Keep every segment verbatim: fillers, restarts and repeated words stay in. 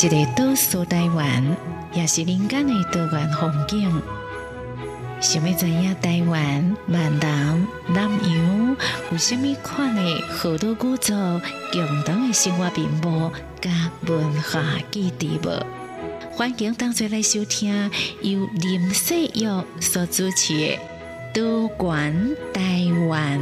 一个岛屿台湾，也是人间的多元风景。想要知影台湾闽南南洋有什么款的好多古早共同的生活面貌甲文化记忆无？欢迎同齐来收听由林世玉所主持的《多元台湾》。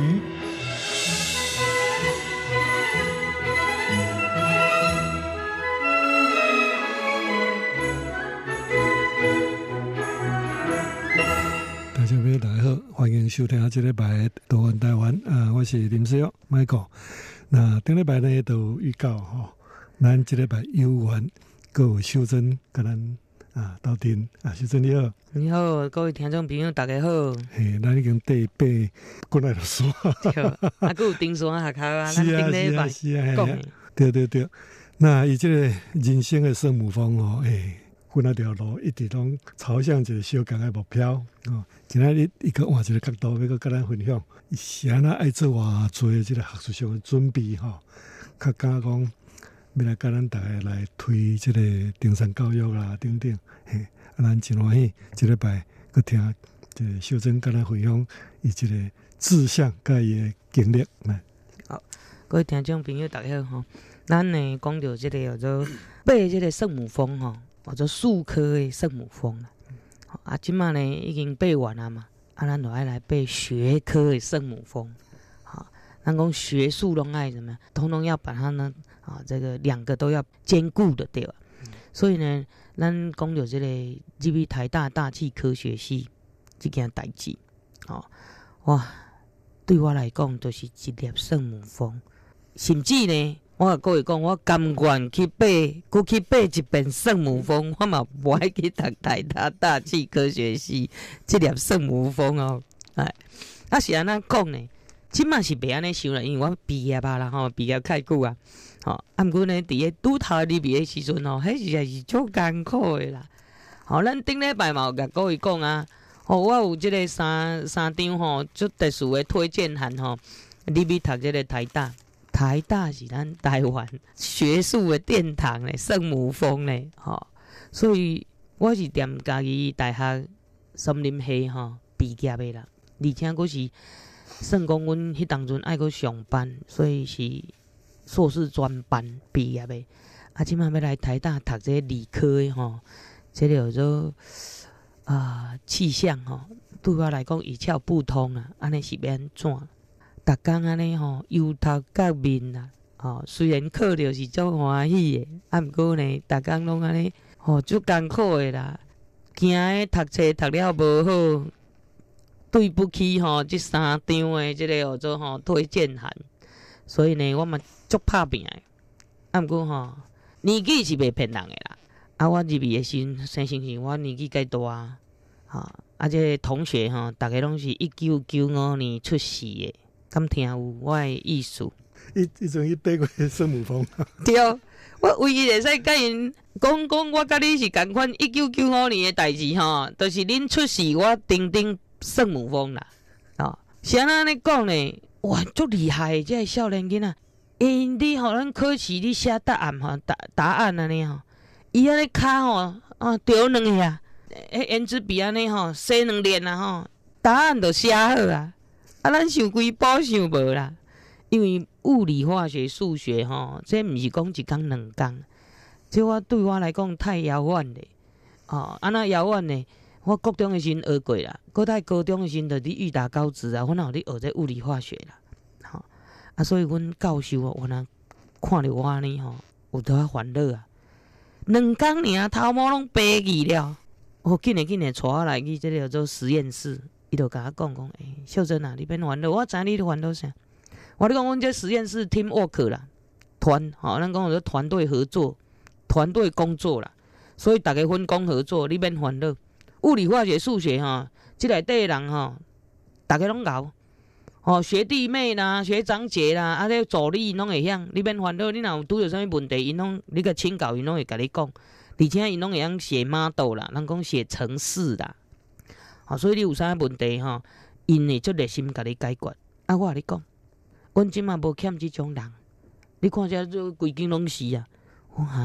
听众朋友大家好，欢迎收听这礼拜的《多元台湾》啊，我是林世玉 Michael。那顶礼拜呢都有预告吼，咱这礼拜有缘，还有秀珍跟咱啊斗阵啊，秀珍你好， 你好，各位听众朋友大家好。 嘿，咱已经第八过来了山， 对，啊，还有登山下骹啊，咱是啊顶礼拜是啊， 讲的， 对对对。那伊这个人生的圣母峰哦，诶。阮那条路一直拢朝向一个小共的目标哦。今仔日一个换一个角度，要佮咱分享，是安那爱做偌侪即个学术上的准备吼，较敢讲要来佮咱大家来推即个登山教育啦等等。嘿，啊，咱真欢喜，即礼拜佮听即个秀珍佮咱分享伊即个志向佮伊的经历来。 好，各位听众朋友大家好吼，咱呢讲到即个叫做爬即个圣母峰吼。或者术科的圣母峰啦，啊，即马呢已经爬完了嘛，啊，咱就爱来爬学科的圣母峰，好，咱讲学术拢爱什么，通通要把它呢，啊，这个两个都要兼顾的对吧？嗯、所以呢，咱讲到这个入去台大大气科学系这件代志，哦，哇，对我来讲都、就是一粒圣母峰，甚至呢。我甲各位讲，我甘愿去爬，佮去爬一遍圣母峰，我嘛不爱去读台大大气科学系这粒圣母峰哦。哎，啊是安怎讲呢？即嘛是袂安尼想啦，因为我毕业啊啦吼，毕业太久啊，吼、哦，啊毋过呢，伫咧拄头入面的时阵吼，迄实在是足艰苦的啦。吼、哦，咱顶礼拜嘛有甲各位讲啊，吼、哦，我有即个三三张吼，足特殊的推荐函吼，入去读即个台大。台大是咱台湾学术的殿堂嘞，圣母峰嘞，吼、哦，所以我是踮家己大学森林系吼毕业的啦，而且佫是算讲阮迄当阵爱佫上班，所以是硕士专班毕业的。啊，即摆要来台大读这个理科的吼，这个叫做啊气象吼，对我来讲一窍不通啊，安尼是要安怎？逐工安尼吼，忧头革面啦，吼，虽然课着是足欢喜的，啊，毋过呢，逐工拢安尼，吼，足艰苦的啦。惊诶，读册读了无好，对不起吼，即三张的即个叫做吼推荐函，所以呢，我嘛足拍拼的。啊，毋过吼，年纪是袂骗人的啦。啊，我入去的时阵，生生是我年纪介大啊，吼，啊，即个同学吼，逐个拢是一九九五年出世的。敢听有我的意思？ 伊伊阵伊爬过圣母峰。 对，我唯一会使甲因讲讲，我甲你是共款一九九五年的代志吼，就是恁出世，我登登圣母峰啦。哦，是安尼讲呢？哇，足厉害的！这个少年囡仔，因你互咱考试你写答案吼，答答案安尼吼，伊安尼骹吼啊着两下，迄圆珠笔安尼吼，洗两遍啊吼，答案就写好啊。啊，咱想规补想无啦，因为物理、化学、数学吼，这毋是讲一工两工，这我对我来讲太遥远咧。哦，安那遥远咧，我国中的时阵学过啦，搁在高中的时阵就伫裕达高职啊，我哪有咧学这物理化学啦？吼、哦、啊，所以阮教授啊，我若看着我安尼吼，有得烦恼啊。两工尔头毛拢白去了，哦，紧诶紧诶，带我来去这个叫做实验室。伊就甲我讲讲，诶、欸，秀珍啊，你免烦恼，我知你咧烦恼啥？我咧讲，阮这实验室 team work 啦，团，吼，咱讲做团队合作、团队工作啦，所以大家分工合作，你免烦恼。物理、化学、数学吼，即内底人吼，大家拢熬，吼，学弟妹啦、学长姐啦，啊，咧助理拢会晓，你免烦恼。你若有拄着啥物问题，因拢你甲请教，因拢会甲你讲，而且因拢会晓写 model 啦，咱讲写程式啦。啊，所以你有啥问题吼，因会足热心甲你解决。啊，我甲你讲，阮即马无欠即种人。你看遮做规间拢是啊，我哈，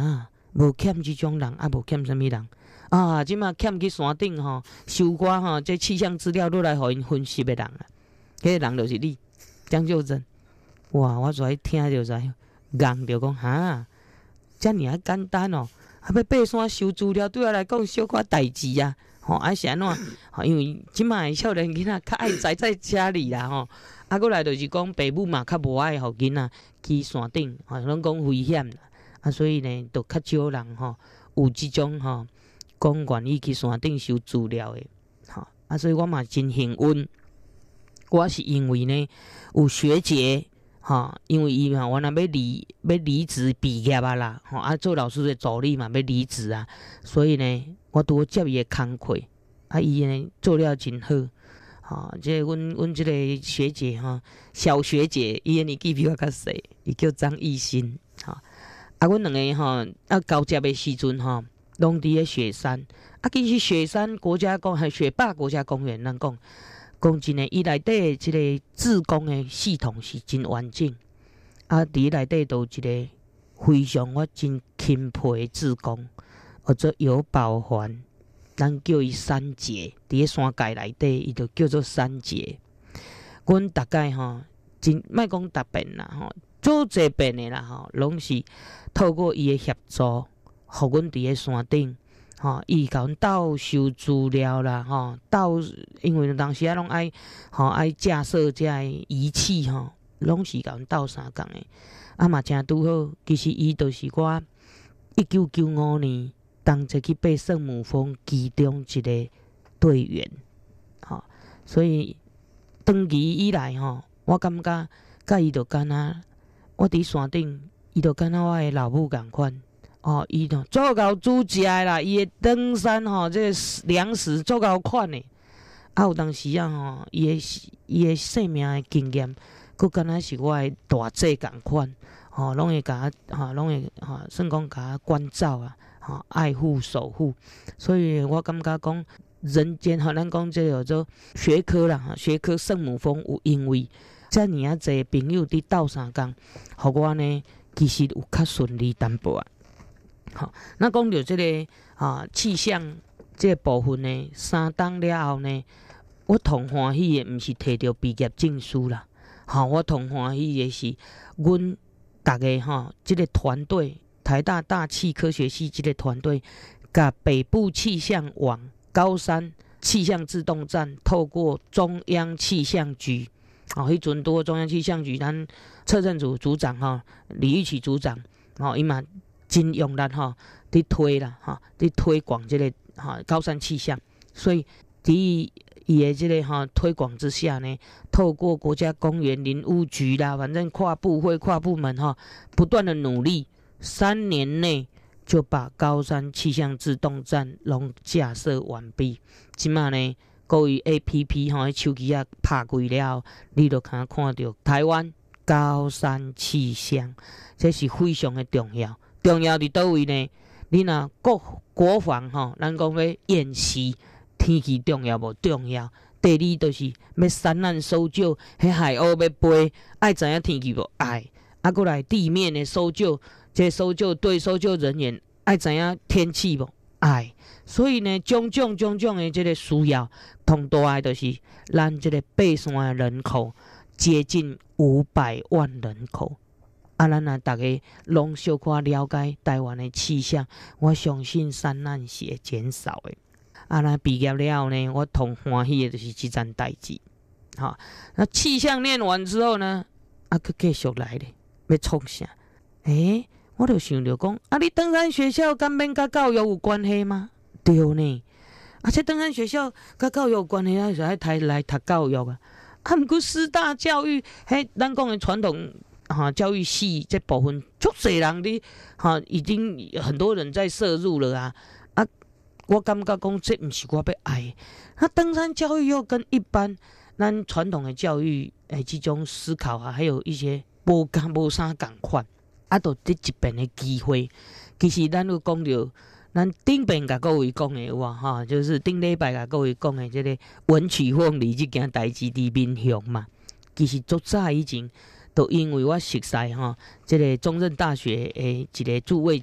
无欠即种人，啊无欠啥物人啊？即马欠去山顶吼，收我吼，这气象资料落来互因分析的人啊，迄个人就是你，江秀珍。哇！我昨听着知，硬着讲哈，遮尔啊简单哦，啊要爬山收资料对我来讲小可代志啊，吼啊是安怎？吼，因为即马少年囡仔较爱宅在家里啦吼，啊过来就是讲爸母嘛较无爱互囡仔去山顶，吼拢讲危险啦，啊所以呢，就较少人吼有即种吼讲愿意去山顶收资料的，吼啊所以我嘛真幸运，我是因为呢有学姐。吼，因为伊嘛，原来要离要离职毕业啊啦，吼啊做老师的助理嘛要离职啊，所以呢，我拄好接伊的工课，啊伊呢做了真好，吼，即、這个阮阮即个学姐吼，小学姐，伊的年纪比我较细，伊叫张艺兴，吼，啊阮两个吼啊交接的时阵吼，拢伫咧雪山，啊其实雪山国家公还雪霸国家公园，咱讲。讲真诶，伊内底诶即个自工诶系统是真完整，啊，伫内底都有一个非常我真钦佩诶自工，叫做有宝环，咱叫伊三姐，伫咧山界内底，伊就叫做三姐。阮大概吼，真莫讲逐遍啦吼，做侪遍诶啦吼，拢是透过伊诶协助，互阮伫咧山顶。吼，伊甲阮斗收资料啦，吼，斗因为当时啊拢爱，吼爱架设遮个仪器吼，拢是甲阮斗相共诶。啊嘛诚拄好，其实伊就是我一九九五年同齐去爬圣母峰其中一个队员，吼，所以长期以来吼，我感觉甲伊就敢若我伫山顶，伊就敢若我诶老母共款。哦，伊吼做够煮食诶啦，伊诶登山吼，这个粮食做够款诶。啊，有当时啊吼，伊诶伊诶生命诶经验，佫敢若是我诶大姐共款，吼，拢会甲我，吼，拢会吼，算讲甲我关照啊，吼，爱护守护。所以我感觉讲，人间吼，咱讲这叫做学科啦，学科圣母峰有因为遮尔啊侪朋友伫斗相共，互我呢，其实有较顺利淡薄啊。好，那讲到这个啊气象这个部分呢，三档了后呢，我同欢喜的毋是摕到毕业证书啦，好，我同欢喜的是，阮大家哈，这个团队台大大气科学系这个团队，甲北部气象网高山气象自动站，透过中央气象局，哦，迄阵多中央气象局，咱测证组组长哈李玉启组长，哦，伊嘛。真用力吼，伫推啦，吼，伫推广这个哈高山气象，所以伫伊的这个哈推广之下呢，透过国家公园林务局啦，反正跨部会、跨部门哈，不断的努力，三年内就把高山气象自动站拢架设完毕。即马呢，各位 A P P 吼，手机啊拍开了，你就可看到台湾高山气象，这是非常的重要。重要伫倒位呢？你若国国防吼，咱讲要演习，天气重要无重要？第二就是要山难搜救，迄海鸥要飞，爱知影天气无爱。啊，过来地面的搜救，这搜救队搜救人员爱知影天气无爱。所以呢，种种种种的这个需要，同大的就是咱这个爬山的人口接近五百万人口。啊，咱啊，大家拢小可了解台湾的气象，我相信山难是会减少的。啊，咱毕业了后呢，我同欢喜的就是这件代志。好，那气象念完之后呢，啊，佮继续来咧，要创啥？诶、欸，我就想着讲，啊，你登山学校敢免甲教育有关系吗？对呢，啊，这登山学校甲教育有关系，啊，就爱台来读教育啊。啊，毋过师大教育，迄咱讲的传统。哈、啊，教育系这部分，足侪人的哈、啊，已经很多人在摄入了啊啊！我感觉讲这不是我要爱。那登山教育又跟一般咱传统的教育诶，这种思考啊，还有一些无共无啥共款，啊，都伫一边的机会。其实咱有讲到，咱顶边甲各位讲的有啊哈，就是顶礼拜甲各位讲的这个文曲凤梨这件代志伫面向嘛。其实足早以前。都因为我熟悉吼，这个中正大学诶一个驻卫警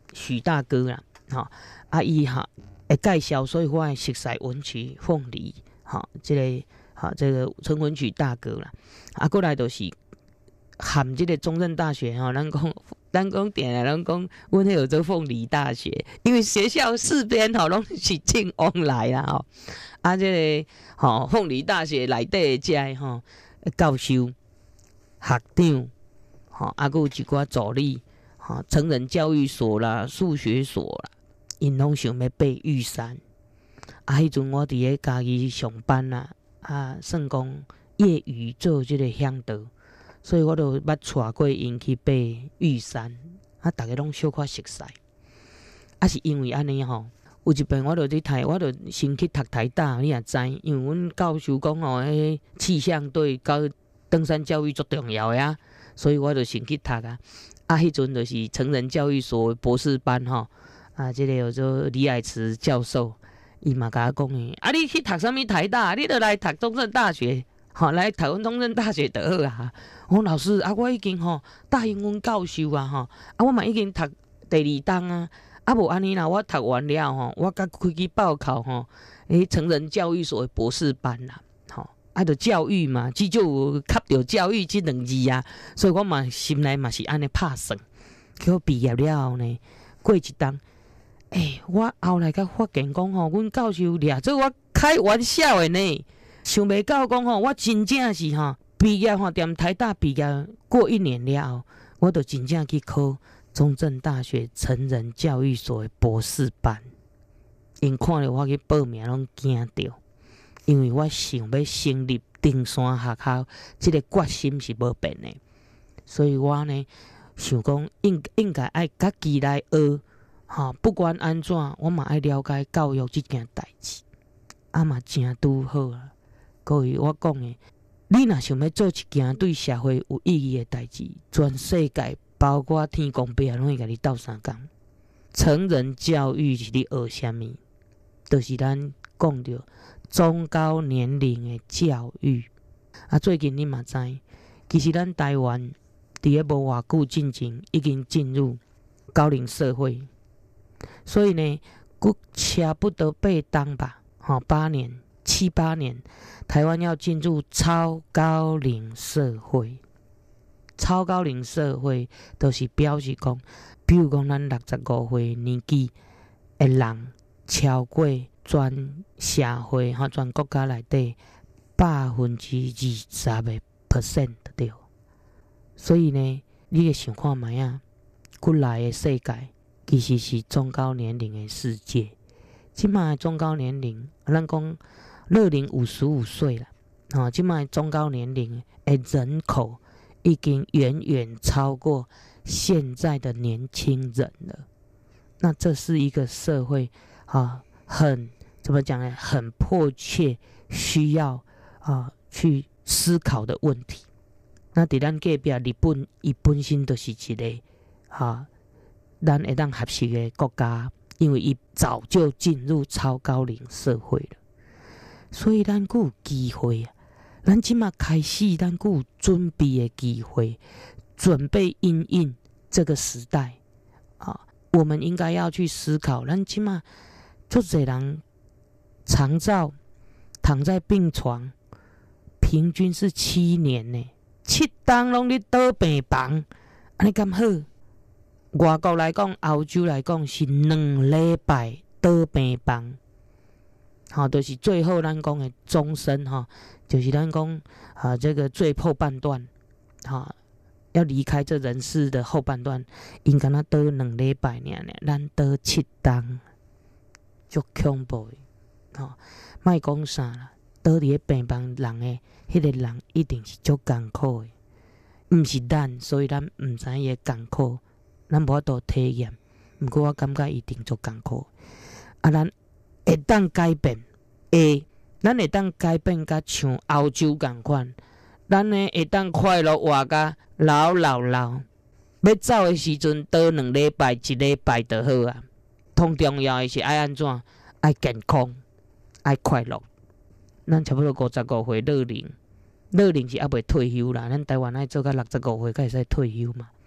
许大哥啦，吼、哦、啊伊哈会介绍，所以我会熟悉文曲凤梨，吼、哦，这个哈、哦、这个陈文曲大哥啦，啊过来就是含这个中正大学吼，咱讲咱讲定来咱讲，阮迄有做凤梨大学，因为学校四边吼拢是姓王来啦吼，啊这个吼凤梨大学内底的遮吼教授、学长，吼啊，佮有一寡助理，吼成人教育所啦、数学所啦，因拢想要爬玉山。啊，迄阵我伫咧家己上班啦，啊，算讲业余做即个向导，所以我就捌带过因去爬玉山，啊，逐个拢小可熟悉。啊，是因为安尼吼，有一遍我就去台，我就先去读台大，你也知，因为阮教授讲吼，迄气象对高登山教育足重要呀，所以我就先去读啊。啊，迄阵就是成人教育所博士班吼，啊，即、这个叫做李爱慈教授。伊嘛甲我讲诶，啊，你去读啥物台大？你著来读中正大学，吼、哦，来读阮中正大学就好啊。我说老师啊，我已經吼答應阮教授啊，吼，啊，我嘛已經讀第二檔啊，啊無安尼啦，我讀完了吼，我甲開去報考吼，誒成人教育所的博士班啦，吼、哦，啊，著教育嘛，至少有吸到教育即兩字啊，所以我嘛心內嘛是安尼拍算。叫我畢業了後呢，過一檔。誒、欸，我後來才發現講吼，阮教授掠做我開玩笑的呢，想袂到講吼，我真正是吼畢業吼，踮台大畢業過一年了後，我就真正去考中正大學成人教育所的博士班。因看到我去報名，攏驚着，因為我想要成立登山學校，這個決心是無變的，所以我呢想講應應該愛家己來學。哈，不管安怎，我嘛愛了解教育這件代志，啊嘛真拄好啊。各位，我講誒，你若想要做一件對社會有意義誒代志，全世界包括天公伯攏會甲你鬥相共。成人教育是你學啥物？就是咱講着中高年齡誒教育。啊，最近你嘛知，其實咱台灣佇咧無偌久進前已經進入高齡社會。所以呢，佫差不多八當吧，吼八年、七八年，台灣要進入超高齡社會。超高齡社會，就是表示講，比如講咱六十五歲年紀的人，超過全社會吼全國家內底百分之二十的 percent 對。所以呢，你會想看覓啊，過來的世界。其實是中高年齡的世界，即賣中高年齡，咱講樂齡五十五歲啦，啊，即賣中高年齡的人口已經遠遠超過現在的年輕人了。那這是一個社會啊，很怎麼講呢？很迫切需要啊去思考的問題。那伫咱隔壁日本，伊本身就是一個啊。咱會當合適的國家，因為伊早就進入超高齡社會了，所以咱佫有機會啊！咱即馬開始，咱佫有準備的機會，準備因應這個時代啊！我們應該要去思考，咱即馬足儕人長照躺在病床，平均是七年呢，七檔攏咧倒病房，安尼敢好？外國來講，歐洲來講是兩禮拜倒病房，好、哦，就是最後咱講的終身哈、哦，就是咱講啊，這個最後半段，哈、哦，要離開這人世的後半段，應該那倒兩禮拜爾爾，咱倒七檔，足恐怖的，哈、哦，莫講啥啦，倒佇咧病房人的，迄個人一定是足艱苦的，毋是咱，所以咱毋知伊個艱苦。咱無法度體驗，毋過我感覺一定足艱苦。啊，咱會當改變，會，咱會當改變，甲像歐洲共款。咱呢會當快樂活甲老老老。要走的時陣，倒兩禮拜、一禮拜就好啊。通重要的是愛安怎？愛健康，愛快樂。咱差不多五十五歲樂齡，樂齡是還未退休啦。咱台灣愛做到六十五歲，才會使退休嘛。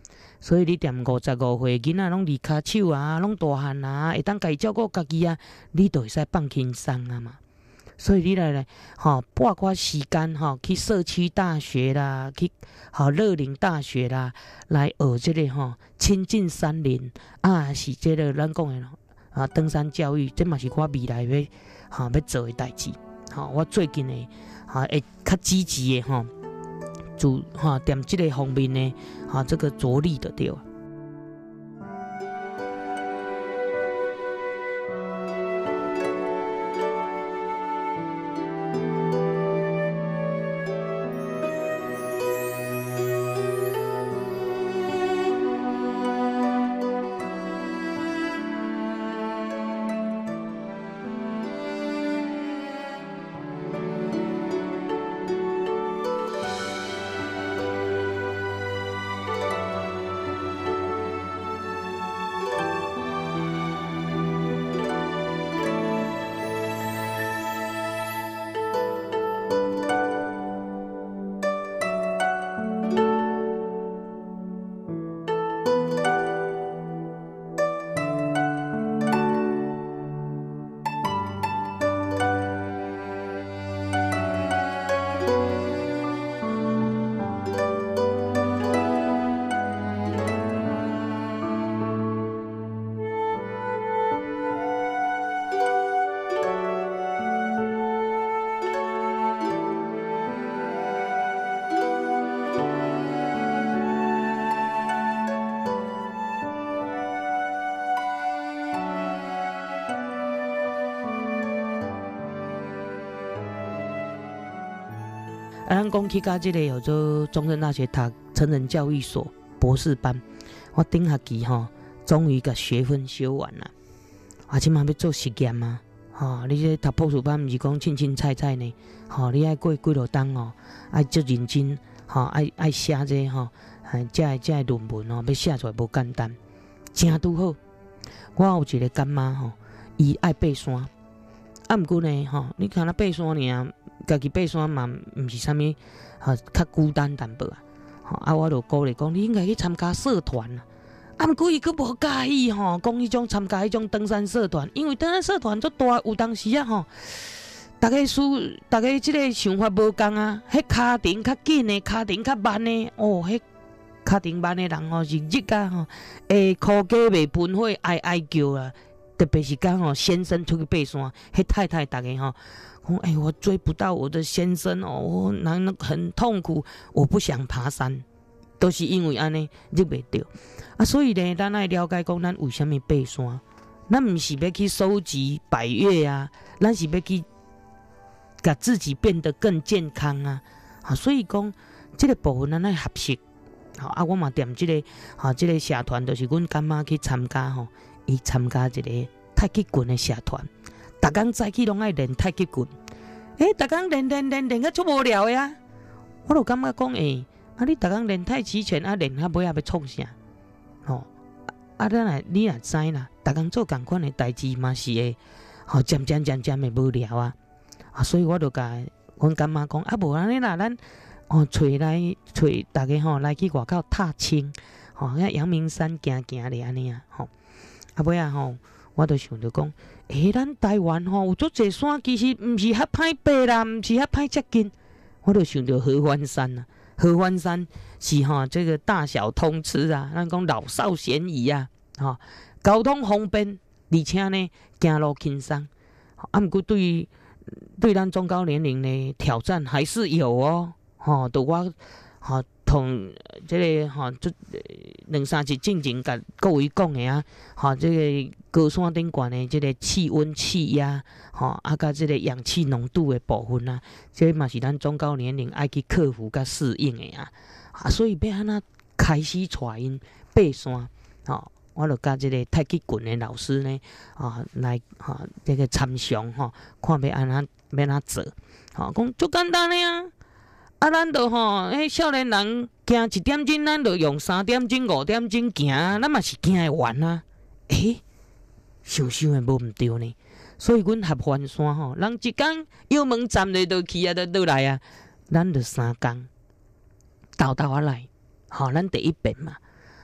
所以你踮五十五岁，囡仔拢离骹手啊，拢大汉啊，会当家己照顾家己啊，你就会使放轻松啊嘛。所以你来来，吼，拨寡时间吼，去社区大学啦，去吼乐龄大学啦，来学即个吼亲近山林啊，是即个咱讲的啊登山教育，这嘛是我未来要吼要做的代志。吼，我最近的吼会较积极的吼，就吼踮即个方面呢，吼这个着力就对了。啊，咱讲去到即个叫做中正大学读成人教育所博士班，我顶学期吼，终于甲学分修完了。啊，即马要做实验啊，吼，你这读博士班毋是讲凊凊彩彩呢，吼，你爱过几落冬哦，爱足认真，吼，爱爱写这吼，哎，这个这个论文哦，要写出来无简单，正拄好。我有一个干妈吼，伊爱爬山，啊，毋过呢，吼，你看他爬山尔。家己爬山嘛，毋是啥物，哈，较孤单淡薄啊。吼，啊，我就鼓励讲，你应该去参加社团啊。啊，毋过伊佫无介意吼，讲迄种参加迄种登山社团，因为登山社团足大，有当时啊吼，逐个思，逐个即个想法无共啊。迄骹程较紧的，骹程较慢的，哦，迄骹程慢的人吼是热啊吼，会箍家袂喷火，哀哀叫啊。特别是讲吼，先生出去爬山，迄太太逐个吼。讲哎，我追不到我的先生哦，我难很痛苦，我不想爬山，都是因为安尼入袂到啊。所以呢，咱爱了解讲，咱为什么爬山？咱毋是要去收集百岳啊，咱是要去把自己变得更健康啊。啊，所以讲这个部分咱爱合适。好啊，我嘛踮这个哈，这个社团就是阮干妈去参加吼，伊参加一个太极拳的社团。逐工早起拢爱练太极拳，诶、欸，逐工练练练练，个足无聊的啊！我就感觉讲，诶、欸，啊，你逐工练太极拳，啊，练到尾啊要创啥？吼、哦，啊，咱来你也知啦，逐工做共款的代志嘛是会，吼、哦，渐渐渐渐会无聊啊！啊，所以我就甲阮干妈讲，啊，无安尼啦，咱哦，找来找大家吼、哦、来去外口踏青，吼、哦，阳明山行行咧安尼啊，吼、哦，啊尾啊吼。我就想着讲，诶、欸，咱台湾吼有足侪山，其实毋是遐歹爬啦，毋是遐歹接近。我就想着合欢山啊，合欢山是吼这个大小通吃啊，咱讲老少咸宜啊，吼交通方便，而且呢行路轻松。啊，毋过对对咱中高年龄的挑战还是有哦，吼，就我吼。同这个吼，这两三日进前甲各位讲的啊，吼，这个高山顶悬的这个气温、气压，吼，啊，甲这个氧气浓度的部分啊，这嘛是咱中高年龄爱去克服甲适应的啊，啊，所以要安怎开始带因爬山，吼，我就甲这个太极拳的老师呢，啊，来哈这个参详吼，看要安怎要安怎做，吼，讲足简单的啊。啊，咱就吼，迄少年人行一点钟，咱就用三点钟、五点钟行，咱嘛是行会完啊。诶、欸，想想诶无毋对呢。所以阮合欢山吼，人一工油门站咧就去啊，就倒来啊。咱就三工，豆豆啊来，吼，咱第一遍嘛，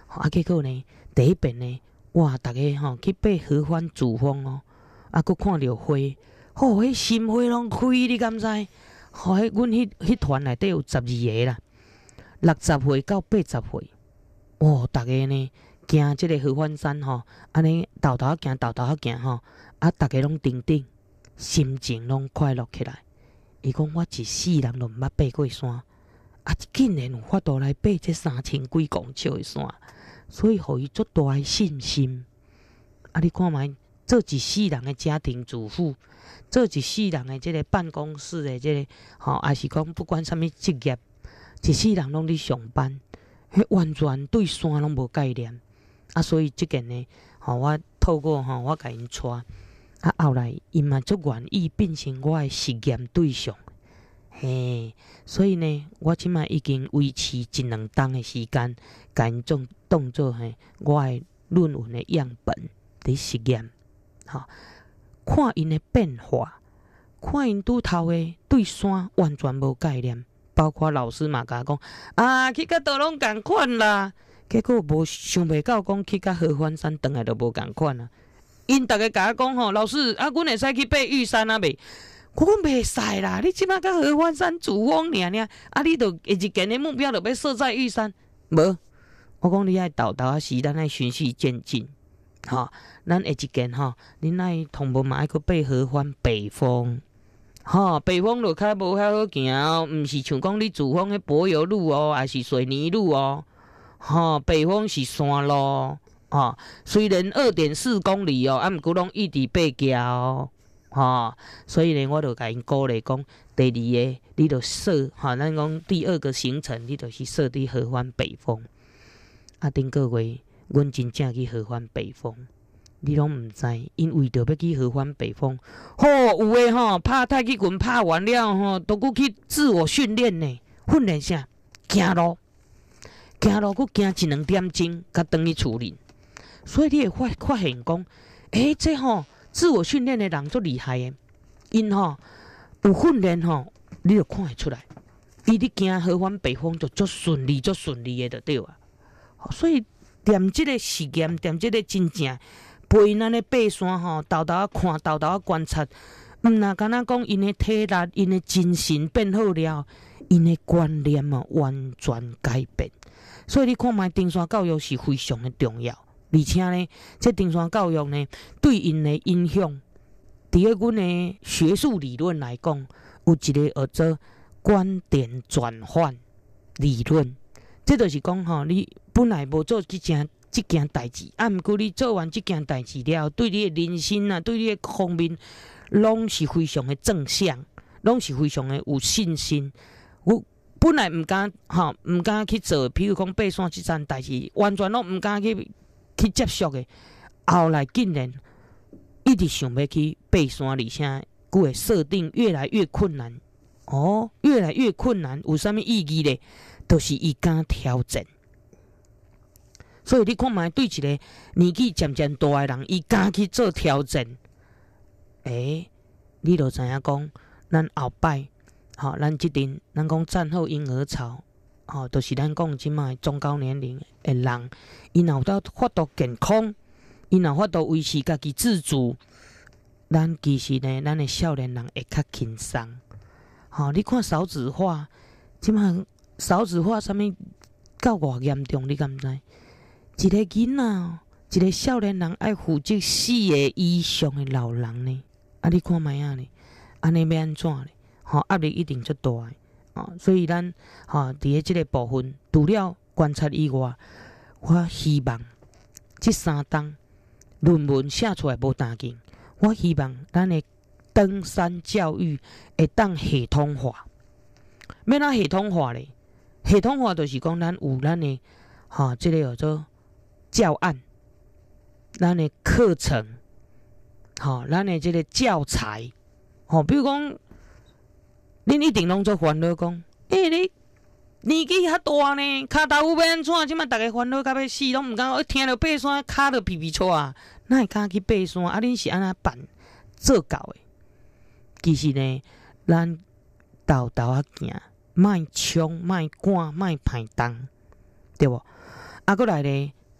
啊，结果呢，第一遍呢，哇，大家吼、哦、去爬合欢主峰哦，啊，佫看着花，吼、哦，迄心花拢开，你敢知？吼、哦，迄阮迄迄团内底有十二个啦，六十岁到八十岁，哦，大家呢行即个合欢山吼，安尼豆豆仔行，豆豆仔行吼，啊，大家拢定定，心情拢快乐起来。伊讲我一世人都毋捌爬过山，啊，竟然有法度来爬这三千几公尺的山，所以互伊足大的信心。啊，你看觅，做一世人的家庭主妇，做一世人的即个办公室的即、这个，吼、哦，也是讲不管啥物职业，一世人拢伫上班，迄完全对山拢无概念。啊，所以即件呢，吼、哦，我透过吼、哦，我甲因带。啊，后来伊嘛足愿意变成我的实验对象，嘿，所以呢，我即摆已经维持一两冬的时间，甲因种当做嘿我的论文的样本伫实验，吼、哦，看因的变化，看因拄头的对山完全无概念，包括老师嘛甲我讲，啊，去甲倒拢共款啦，结果无想袂到讲去甲合欢山转来都无共款啊。因逐个甲我讲吼，老师啊，阮会使去爬玉山啊袂？我讲袂使啦，你即摆甲合欢山主峰尔尔，啊，你著下一件的目标著要设在玉山，无？我讲你爱豆豆啊时，咱爱循序渐进，吼、哦，咱下一件吼，恁爱同步嘛爱去爬合欢北峰，吼、哦，北峰著较无遐好行哦，毋是像讲你主峰迄柏油路哦，还是水泥路哦，吼、哦，北峰是山路。哦，虽然二点四公里哦，啊，毋过拢一直爬行哦，吼、哦，所以呢，我就甲因鼓励讲，第二个你就设，吼、哦，咱讲第二个行程，你就是设伫合欢北峰。啊，顶个月，阮真正去合欢北峰，你拢毋知，因为着要去合欢北峰，吼、哦，有诶吼，拍太极拳拍完了吼，都搁去自我训练呢，训练啥？行路，行路，搁行一两点钟，甲转去厝里。所以你会发发现讲，诶、欸，这吼、喔、自我训练的人足厉害的，因吼、喔、有训练吼，你就看会出来，伊伫行合欢北峰就足顺利、足顺利的就对啊。所以踮即个实验，踮即个真正陪因安尼爬山吼，豆豆仔看，豆豆仔观察，毋若敢若讲因的体力、因的精神变好了，因的观念啊完全改变。所以你看觅登山教育是非常的重要。而且呢，这登山教育呢，对因的影响，伫咧阮的学术理论来讲，有一个叫做观点转换理论。这就是讲吼，你本来无做即件即件代志，啊，毋过你做完即件代志了，对你的人生啊，对你的各方面，拢是非常的正向，拢是非常的有信心。我本来毋敢吼，毋敢去做，譬如讲爬山即件代志，完全拢毋敢去。去接触的，后来竟然一直想要去爬山，而且佫会设定越来越困难。哦，越来越困难，有啥物意义咧？就是伊敢挑战。所以你看觅对一个年纪渐渐大的人，伊敢去做挑战，诶、欸，你就知影讲，咱后摆，吼、哦，咱即阵，咱讲战后婴儿潮。吼、哦，就是咱讲即卖中高年龄的人，伊若有得法度健康，伊若法度维持家己自主，咱其实呢，咱的少年人会较轻松。吼、哦，你看少子化，即卖少子化啥物到偌严重，你敢知？一个囡仔，一个少年人爱负责四个以上的老人呢。啊，你看卖啊呢？安尼要安怎呢？吼、哦，压力一定足大的。哦、所以咱吼伫咧即个部分，除了观察以外，我希望即三档论文写出来无单紧，我希望咱的登山教育会当系统化。要哪系统化咧？系统化就是讲咱有咱的吼，即、这个叫做教案，咱的课程，吼、咱的即个教材，吼、比如讲。恁一定拢做烦恼，讲，诶、欸，你年纪较大呢，骹头要安怎？即摆逐个烦恼到要死，拢毋敢，听着爬山，骹着皮皮臭啊，哪会敢去爬山？啊，恁是安怎办做到的？其实呢，咱豆豆仔行，莫冲，莫赶，莫排动，对无？啊，过来咧，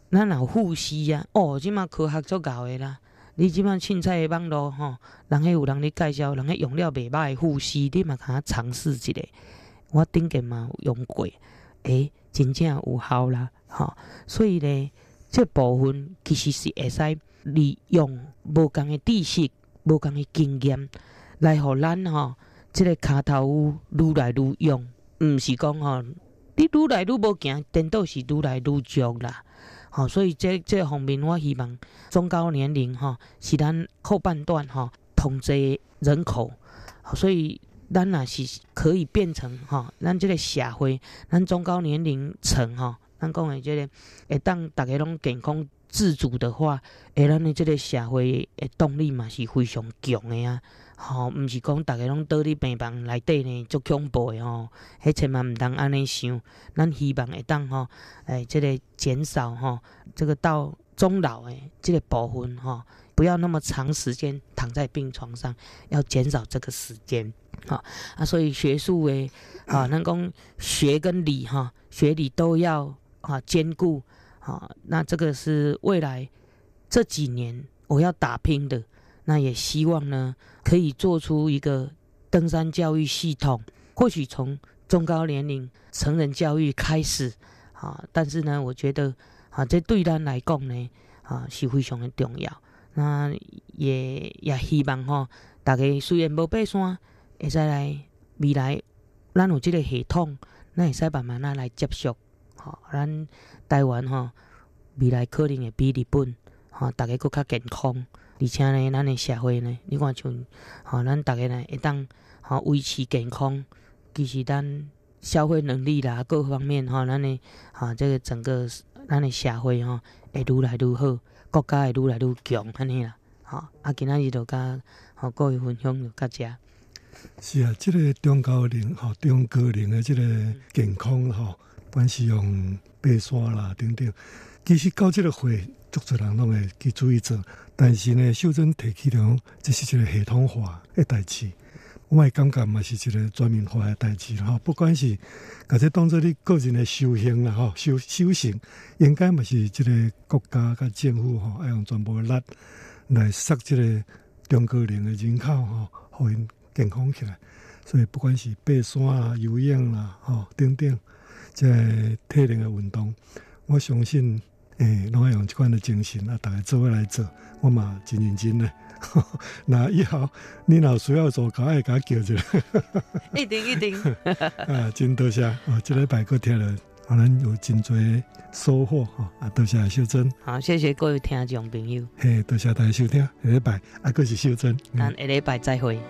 咱有护膝啊，哦，即马科学足够的啦。你即马凊彩的网络吼，人迄有人咧介绍，人迄用了袂歹的护膝，你嘛通尝试一下。我顶个嘛有用过，诶、欸，真正有效啦，吼。所以咧，这部分其实是会使利用无共的知识、无共的经验，来互咱吼，即、這个骹头愈来愈用，毋是讲吼，你愈来愈无行，颠倒是愈来愈俗啦。吼、哦，所以这这方面，我希望中高年龄吼、哦、是咱后半段吼、哦、统计人口，所以咱若是可以变成吼、哦，咱这个社会，咱中高年龄层吼、哦，咱讲的这个会当大家拢健康自主的话，诶，咱的这个社会的动力嘛是非常强的啊。吼，毋是讲大家拢倒伫病房内底呢，足恐怖的吼，迄千万毋通安尼想。咱希望会当吼，诶，这个减少吼，这个到终老诶，这个部分吼，不要那么长时间躺在病床上，要减少这个时间。好啊，所以学术诶，啊，咱讲学跟理哈，学理都要啊兼顾。好，那这个是未来这几年我要打拼的。那也希望呢，可以做出一个登山教育系统，或许从中高年龄成人教育开始啊。但是呢，我觉得啊，这对咱来讲呢啊是非常的重要。那也也希望吼、哦，大家虽然无爬山，会使来未来，咱有这个系统，咱会使慢慢啊来接受。好、啊，咱台湾吼、哦，未来可能会比日本哈、啊，大家更较健康。而且呢，咱的社会呢，你看像，吼、哦，咱大家呢会当吼维持健康，其实咱消费能力啦，各方面吼、哦，咱的哈、哦、这个整个咱的社会吼、哦、会愈来愈好，国家会愈来愈强，安尼啦。吼、哦，啊，今仔日就甲吼各位分享就到这。 是啊，这个中高龄吼、中高龄的这个健康吼，不管是用爬山啦等等，其实到这个会，足多人拢会去注意做。但是呢，秀珍提起来，这是一个系统化的代志。我的感觉嘛是一个全面化的代志哈。不管是把这当作你个人的修行啦吼，修修行，应该嘛是这个国家甲政府吼，要用全部的力来塞这个中高龄的人口吼，互因健康起来。所以不管是爬山啊、游泳啦、吼等等，这个体能的运动，我相信。诶，拢、欸、要用这款的精神啊，大家做伙来做，我嘛真认真咧。那以后你若需要做，可爱甲我叫一下。 一定一定。 啊，真多谢啊！这礼拜佫听了，可能有真多收获哈啊！多谢秀珍。 好，谢谢各位听众朋友。 嘿，多谢大家收听，下礼拜啊，佫是秀珍。 咱下礼拜再会。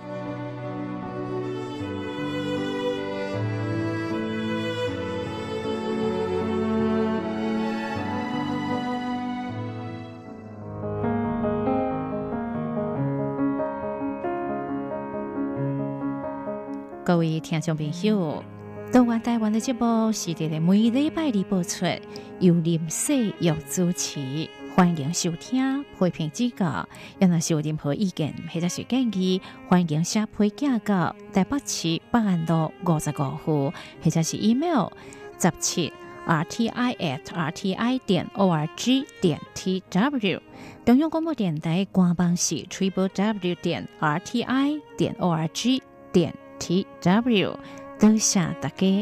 各位听众朋友，台湾台湾的节目是伫每礼拜二播出，由林世玉主持，欢迎收听，批评指教。要若是有任何意见或者是建议，欢迎写批寄到台北市北安路五十五户，或者是 email 十七 r t i at r t i 点 o r g 点 t w。中央广播电台官方是 triple w 点 r t i 点 o r g 点 t w。多谢大家。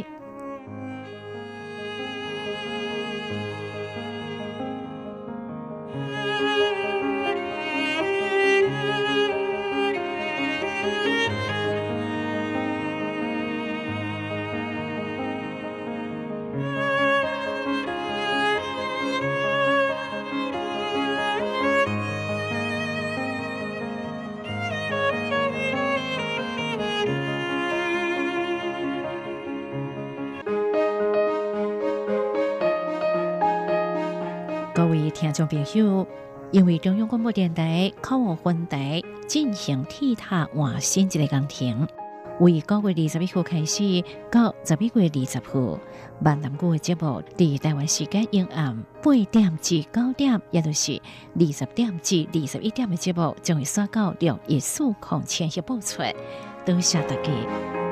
各位听众朋友，因为中央广播电台口号分台进行铁塔换新一个工程，为九月二十一号开始到十一月二十号，闽南语的节目伫台湾时间阴暗八点至九点，也就是二十点至二十一点的节目，将会刷到六一四空千息播出。多谢大家。